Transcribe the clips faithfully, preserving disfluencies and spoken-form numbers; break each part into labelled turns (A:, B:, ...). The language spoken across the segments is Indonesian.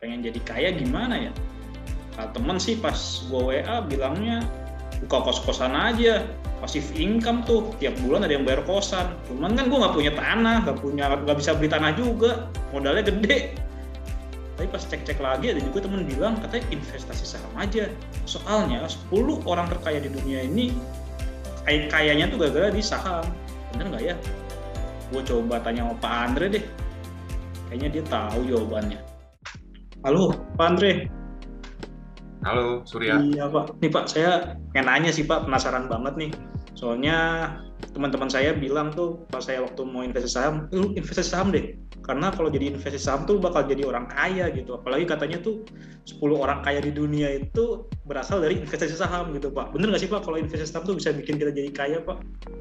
A: pengen jadi kaya gimana ya? Nah, temen sih pas gue W A bilangnya buka kos-kosan aja, pasif income tuh, tiap bulan ada yang bayar kosan. Cuman kan gue nggak punya tanah, nggak punya, nggak bisa beli tanah juga, modalnya gede. Tapi pas cek-cek lagi ada juga temen bilang katanya investasi saham aja. Soalnya sepuluh orang terkaya di dunia ini kayaknya tuh gara-gara di saham. Bener nggak ya? Gue coba tanya sama Pak Andre deh. Kayaknya dia tahu jawabannya. Halo, Pak Andre.
B: Halo, Surya.
A: Iya Pak, nih Pak saya pengen nanya sih Pak, penasaran banget nih. Soalnya teman-teman saya bilang tuh pas saya waktu mau investasi saham, lu investasi saham deh. Karena kalau jadi investasi saham tuh bakal jadi orang kaya gitu. Apalagi katanya tuh sepuluh orang kaya di dunia itu berasal dari investasi saham gitu Pak. Bener nggak sih Pak kalau investasi saham tuh bisa bikin kita jadi kaya Pak?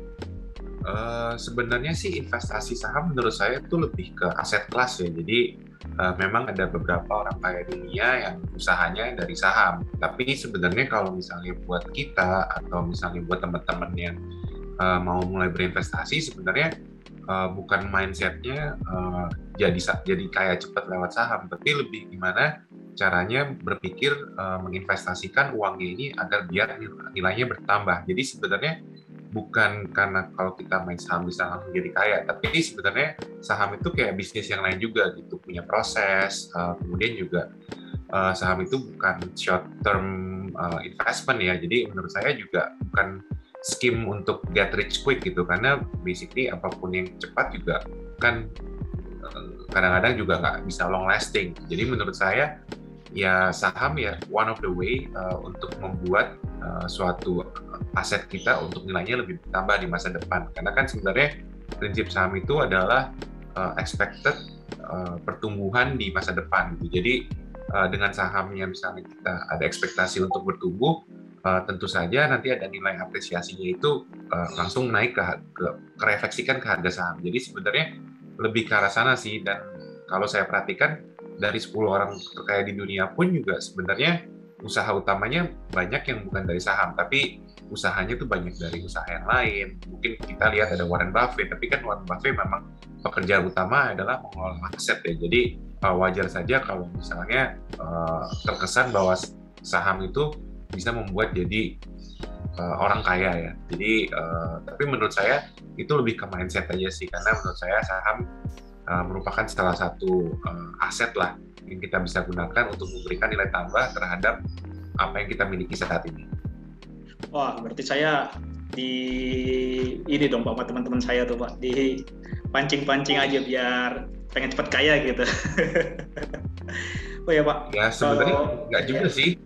B: Uh, sebenarnya sih investasi saham menurut saya itu lebih ke aset kelas ya. Jadi uh, memang ada beberapa orang kaya dunia yang usahanya dari saham. Tapi sebenarnya kalau misalnya buat kita atau misalnya buat teman-teman yang uh, mau mulai berinvestasi, sebenarnya uh, bukan mindsetnya uh, jadi jadi kaya cepat lewat saham, tapi lebih gimana caranya berpikir uh, menginvestasikan uangnya ini agar biar nilainya bertambah. Jadi sebenarnya bukan karena kalau kita main saham bisa langsung jadi kaya, tapi sebenarnya saham itu kayak bisnis yang lain juga gitu, punya proses. Uh, kemudian juga uh, saham itu bukan short term uh, investment ya, jadi menurut saya juga bukan scheme untuk get rich quick gitu, karena basically apapun yang cepat juga kan uh, kadang-kadang juga nggak bisa long lasting. Jadi menurut saya ya saham ya one of the way uh, untuk membuat uh, suatu aset kita untuk nilainya lebih bertambah di masa depan. Karena kan sebenarnya prinsip saham itu adalah uh, expected uh, pertumbuhan di masa depan gitu. Jadi uh, dengan sahamnya misalnya kita ada ekspektasi untuk bertumbuh, uh, tentu saja nanti ada nilai apresiasinya itu uh, langsung naik ke, ke kerefleksikan ke harga saham. Jadi sebenarnya lebih ke arah sana sih. Dan kalau saya perhatikan dari sepuluh orang terkaya di dunia pun juga sebenarnya usaha utamanya banyak yang bukan dari saham, tapi usahanya tuh banyak dari usaha yang lain. Mungkin kita lihat ada Warren Buffett, tapi kan Warren Buffett memang pekerjaan utama adalah mengelola aset ya. Jadi wajar saja kalau misalnya uh, terkesan bahwa saham itu bisa membuat jadi uh, orang kaya ya. Jadi uh, tapi menurut saya itu lebih ke mindset aja sih, karena menurut saya saham uh, merupakan salah satu uh, aset lah yang kita bisa gunakan untuk memberikan nilai tambah terhadap apa yang kita miliki saat ini.
A: Wah, berarti saya di ini dong Pak, sama teman-teman saya tuh Pak, di pancing-pancing aja biar pengen cepat kaya gitu. Oh ya Pak.
B: Ya sebenarnya nggak so, juga ya. Sih.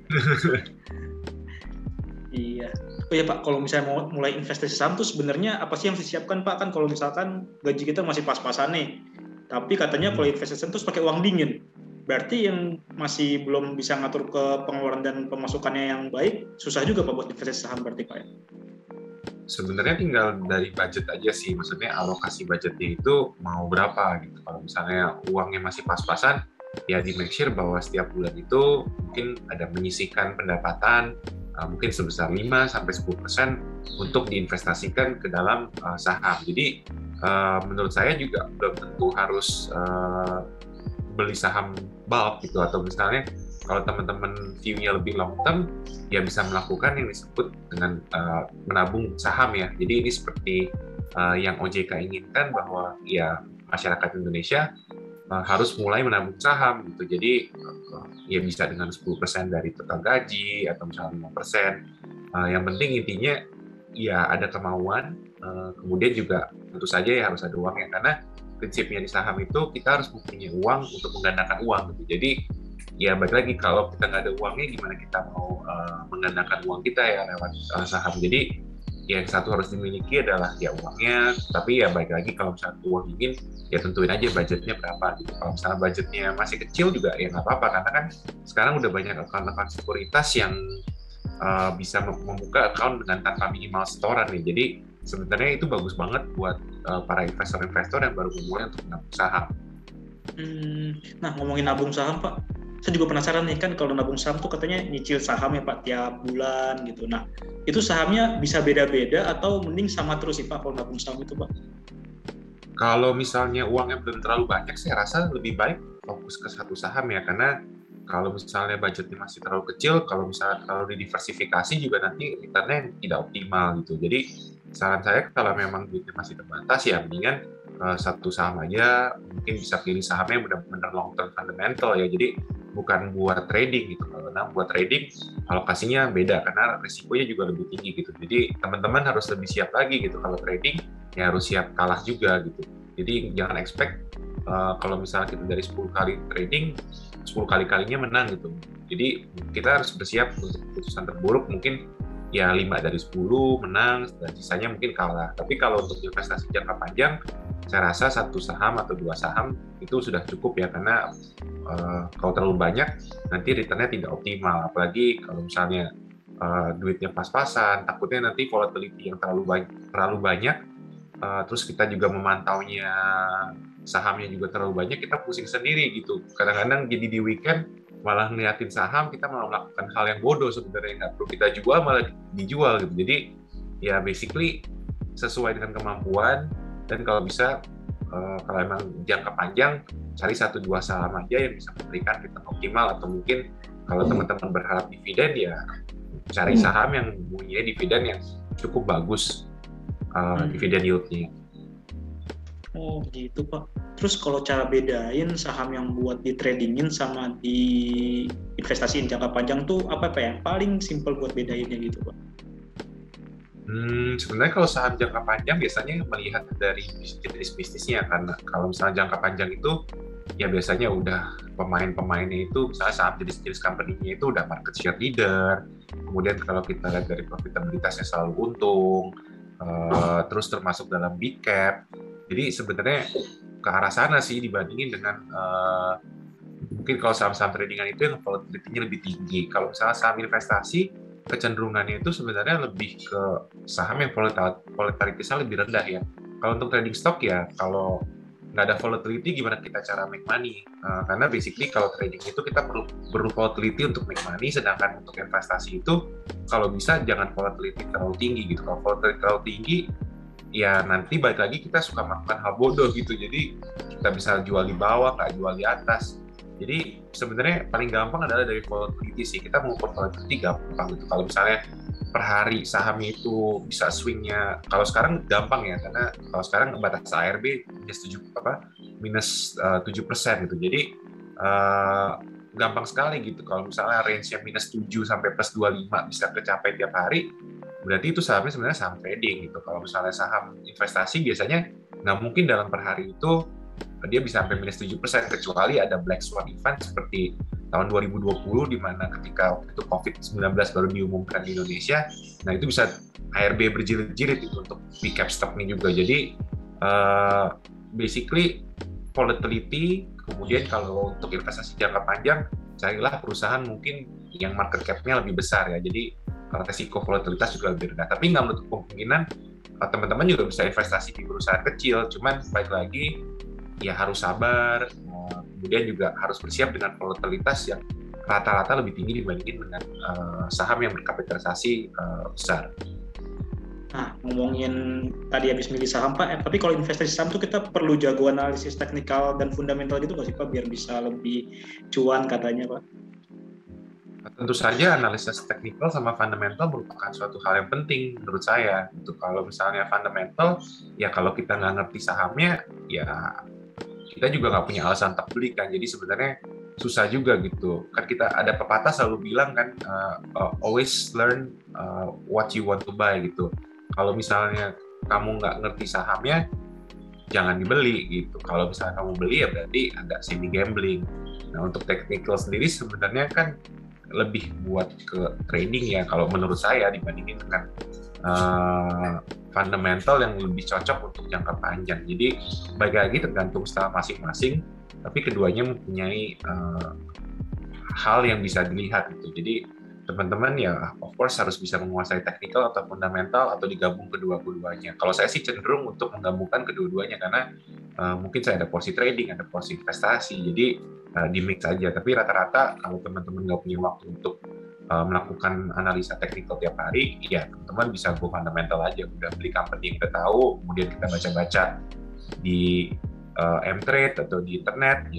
A: Iya. Oh ya Pak, kalau misalnya mau mulai investasi saham tuh sebenarnya apa sih yang harus disiapkan Pak? Kan kalau misalkan gaji kita masih pas-pasan nih, tapi katanya hmm. kalau investasi saham tuh pakai uang dingin. Berarti yang masih belum bisa ngatur ke pengeluaran dan pemasukannya yang baik, susah juga Pak buat investasi saham berarti Pak ya?
B: Sebenarnya tinggal dari budget aja sih, maksudnya alokasi budgetnya itu mau berapa gitu. Kalau misalnya uangnya masih pas-pasan, ya di make sure bahwa setiap bulan itu mungkin ada menyisihkan pendapatan, uh, mungkin sebesar lima sampai sepuluh persen untuk diinvestasikan ke dalam uh, saham. Jadi uh, menurut saya juga belum tentu harus uh, beli saham bulk gitu, atau misalnya kalau teman-teman view-nya lebih long term ya bisa melakukan yang disebut dengan uh, menabung saham ya. Jadi ini seperti uh, yang O J K inginkan, bahwa ya masyarakat Indonesia uh, harus mulai menabung saham gitu. Jadi uh, ya bisa dengan sepuluh persen dari total gaji atau misalnya lima persen. Uh, yang penting intinya ya ada kemauan, uh, kemudian juga tentu saja ya harus ada uangnya, karena prinsipnya di saham itu kita harus mempunyai uang untuk menggandakan uang gitu. Jadi ya balik lagi, kalau kita nggak ada uangnya gimana kita mau uh, menggandakan uang kita ya lewat uh, saham. Jadi yang satu harus dimiliki adalah ya uangnya, tapi ya balik lagi kalau misalnya uang dingin ya tentuin aja budgetnya berapa gitu. Kalau misalnya budgetnya masih kecil juga ya nggak apa-apa, karena kan sekarang udah banyak account-account sekuritas yang uh, bisa membuka account dengan tanpa minimal setoran nih. Jadi sebenarnya itu bagus banget buat uh, para investor-investor yang baru memulai untuk menabung saham.
A: Hmm, nah ngomongin nabung saham Pak, saya juga penasaran nih, kan kalau nabung saham tuh katanya nyicil saham ya Pak tiap bulan gitu. Nah itu sahamnya bisa beda-beda atau mending sama terus sih Pak kalau nabung saham itu Pak?
B: Kalau misalnya uangnya belum terlalu banyak, saya rasa lebih baik fokus ke satu saham ya, karena kalau misalnya budgetnya masih terlalu kecil, kalau misalnya terlalu didiversifikasi juga nanti returnnya tidak optimal gitu. Jadi saran saya kalau memang duitnya masih terbatas ya mendingan uh, satu saham aja, mungkin bisa pilih sahamnya yang benar-benar long term fundamental ya. Jadi bukan buat trading gitu. Karena buat trading alokasinya beda karena risikonya juga lebih tinggi gitu. Jadi teman-teman harus lebih siap lagi gitu. Kalau trading ya harus siap kalah juga gitu. Jadi jangan expect uh, kalau misalnya kita dari sepuluh kali trading sepuluh kali-kalinya menang gitu. Jadi kita harus bersiap untuk keputusan terburuk mungkin ya lima dari sepuluh menang dan sisanya mungkin kalah. Tapi kalau untuk investasi jangka panjang saya rasa satu saham atau dua saham itu sudah cukup ya karena uh, kalau terlalu banyak nanti returnnya tidak optimal. Apalagi kalau misalnya uh, duitnya pas-pasan, takutnya nanti volatility yang terlalu banyak, terlalu banyak uh, terus kita juga memantaunya sahamnya juga terlalu banyak, kita pusing sendiri gitu. Kadang-kadang jadi di weekend malah ngeliatin saham, kita malah melakukan hal yang bodoh sebenarnya, nggak perlu kita jual malah dijual gitu. Jadi ya basically sesuai dengan kemampuan dan kalau bisa uh, kalau emang jangka panjang cari satu dua saham aja yang bisa memberikan return optimal atau mungkin kalau teman-teman berharap dividen ya cari saham yang punya dividen yang cukup bagus uh, hmm. dividen yield-nya.
A: Oh gitu Pak. Terus kalau cara bedain saham yang buat di tradingin sama di investasiin jangka panjang tuh apa Pak yang paling simple buat bedainnya gitu Pak?
B: Hmm, sebenarnya kalau saham jangka panjang biasanya melihat dari jenis bisnisnya karena kalau misalnya jangka panjang itu ya biasanya udah pemain-pemainnya itu misalnya saham jenis-jenis company-nya itu udah market share leader. Kemudian kalau kita lihat dari profitabilitasnya selalu untung, uh, terus termasuk dalam big cap. Jadi sebenarnya ke arah sana sih dibandingin dengan uh, mungkin kalau saham-saham tradingan itu yang volatility-nya lebih tinggi. Kalau misalnya saham investasi, kecenderungannya itu sebenarnya lebih ke saham yang volatilitasnya lebih rendah ya. Kalau untuk trading stock ya, kalau nggak ada volatility gimana kita cara make money? Uh, karena basically kalau trading itu kita perlu perlu volatility untuk make money, sedangkan untuk investasi itu kalau bisa jangan volatility terlalu tinggi gitu. Kalau volatility terlalu tinggi ya nanti balik lagi kita suka melakukan hal bodoh gitu, jadi kita bisa jual di bawah, nggak jual di atas. Jadi sebenarnya paling gampang adalah dari volatility sih, kita mengukur volatility gampang gitu. Kalau misalnya per hari sahamnya itu bisa swingnya, kalau sekarang gampang ya, karena kalau sekarang batas A R B minus tujuh apa minus tujuh persen gitu, jadi uh, gampang sekali gitu. Kalau misalnya range-nya minus tujuh sampai plus dua puluh lima bisa kecapai tiap hari, berarti itu sahamnya sebenarnya saham trading gitu. Kalau misalnya saham investasi biasanya nggak mungkin dalam per hari itu dia bisa sampai minus tujuh persen kecuali ada black swan event seperti tahun dua ribu dua puluh di mana ketika waktu itu covid sembilan belas baru diumumkan di Indonesia, nah itu bisa A R B berjilid-jilid itu untuk big cap stock ini juga. Jadi uh, basically volatility, kemudian kalau untuk investasi jangka panjang carilah perusahaan mungkin yang market cap-nya lebih besar ya. Jadi resiko volatilitas juga lebih rendah. Tapi nggak menutup kemungkinan teman-teman juga bisa investasi di perusahaan kecil. Cuman baik lagi ya harus sabar. Kemudian juga harus bersiap dengan volatilitas yang rata-rata lebih tinggi dibandingin dengan uh, saham yang berkapitalisasi uh, besar.
A: Nah, ngomongin tadi habis milih saham Pak, eh, tapi kalau investasi saham tuh kita perlu jago analisis teknikal dan fundamental gitu nggak sih Pak biar bisa lebih cuan katanya Pak?
B: Tentu saja analisis teknikal sama fundamental merupakan suatu hal yang penting menurut saya. Gitu. Kalau misalnya fundamental, ya kalau kita nggak ngerti sahamnya, ya kita juga nggak punya alasan tak beli kan. Jadi sebenarnya susah juga gitu. Kan kita ada pepatah selalu bilang kan, uh, uh, always learn uh, what you want to buy gitu. Kalau misalnya kamu nggak ngerti sahamnya, jangan dibeli gitu. Kalau misalnya kamu beli ya berarti ada semi gambling. Nah untuk technical sendiri sebenarnya kan lebih buat ke trading ya kalau menurut saya dibandingin dengan uh, fundamental yang lebih cocok untuk jangka panjang. Jadi baik lagi tergantung style masing-masing, tapi keduanya mempunyai uh, hal yang bisa dilihat gitu. Jadi teman-teman ya of course harus bisa menguasai technical atau fundamental atau digabung kedua-duanya. Kalau saya sih cenderung untuk menggabungkan kedua-duanya karena uh, mungkin saya ada porsi trading, ada porsi investasi, jadi uh, di mix aja. Tapi rata-rata kalau teman-teman nggak punya waktu untuk uh, melakukan analisa technical tiap hari, ya teman-teman bisa go fundamental aja. Udah beli company yang udah tahu, kemudian kita baca-baca di uh, M-Trade atau di internet, ya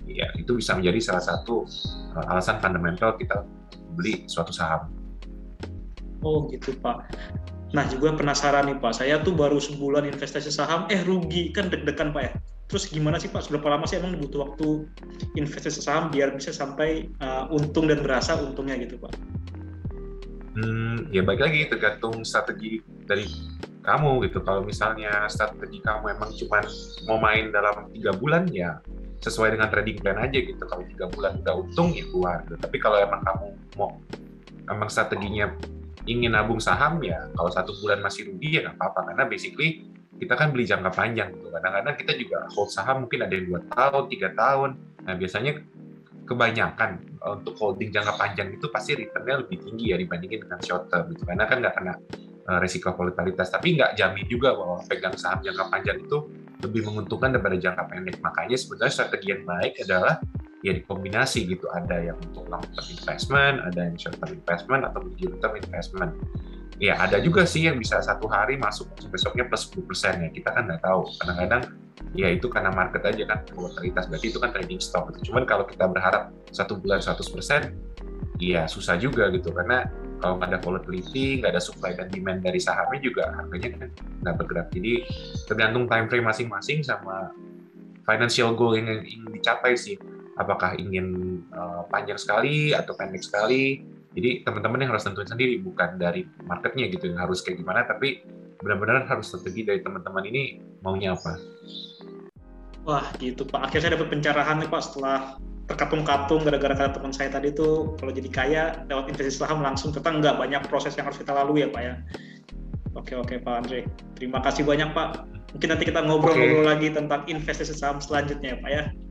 B: ya itu bisa menjadi salah satu uh, alasan fundamental kita beli suatu saham.
A: Oh gitu Pak. Nah juga penasaran nih Pak, saya tuh baru sebulan investasi saham, eh rugi, kan deg-degan Pak ya. Terus gimana sih Pak, seberapa lama sih emang butuh waktu investasi saham biar bisa sampai uh, untung dan berasa untungnya gitu Pak?
B: Hmm, ya balik lagi tergantung strategi dari kamu gitu. Kalau misalnya strategi kamu emang cuma mau main dalam tiga bulan, ya sesuai dengan trading plan aja gitu. Kalau tiga bulan udah untung ya keluar. Gitu. Tapi kalau emang kamu mau emang strateginya ingin nabung saham, ya kalau satu bulan masih rugi ya nggak apa-apa, karena basically kita kan beli jangka panjang gitu. Kadang-kadang kita juga hold saham mungkin ada yang dua tahun, tiga tahun. Nah biasanya kebanyakan untuk holding jangka panjang itu pasti return-nya lebih tinggi ya dibandingin dengan short term gitu, karena kan nggak kena uh, resiko volatilitas. Tapi nggak jamin juga bahwa pegang saham jangka panjang itu lebih menguntungkan daripada jangka pendek. Makanya sebenarnya strategi yang baik adalah ya dikombinasi gitu, ada yang untuk long term investment, ada yang short term investment atau medium term investment. Ya ada juga sih yang bisa satu hari masuk besoknya plus sepuluh persen ya, kita kan nggak tahu. Kadang-kadang ya itu karena market aja kan, volatilitas, berarti itu kan trading stock gitu. Cuman kalau kita berharap satu bulan seratus persen, ya susah juga gitu, karena kalau nggak ada volatility, nggak ada supply dan demand dari sahamnya juga harganya kan nggak bergerak. Jadi tergantung time frame masing-masing sama financial goal yang ingin dicapai sih. Apakah ingin uh, panjang sekali atau pendek sekali. Jadi teman-teman yang harus tentuin sendiri, bukan dari marketnya gitu yang harus kayak gimana, tapi benar-benar harus strategi dari teman-teman ini maunya apa.
A: Wah gitu Pak, akhirnya saya dapat pencerahan nih Pak setelah terkatung-katung gara-gara kata teman saya tadi tuh kalau jadi kaya lewat investasi saham langsung, ternyata nggak banyak proses yang harus kita lalui ya Pak ya. Oke oke Pak Andre, terima kasih banyak Pak. Mungkin nanti kita ngobrol-ngobrol
B: Oke.
A: lagi tentang investasi saham selanjutnya ya Pak ya.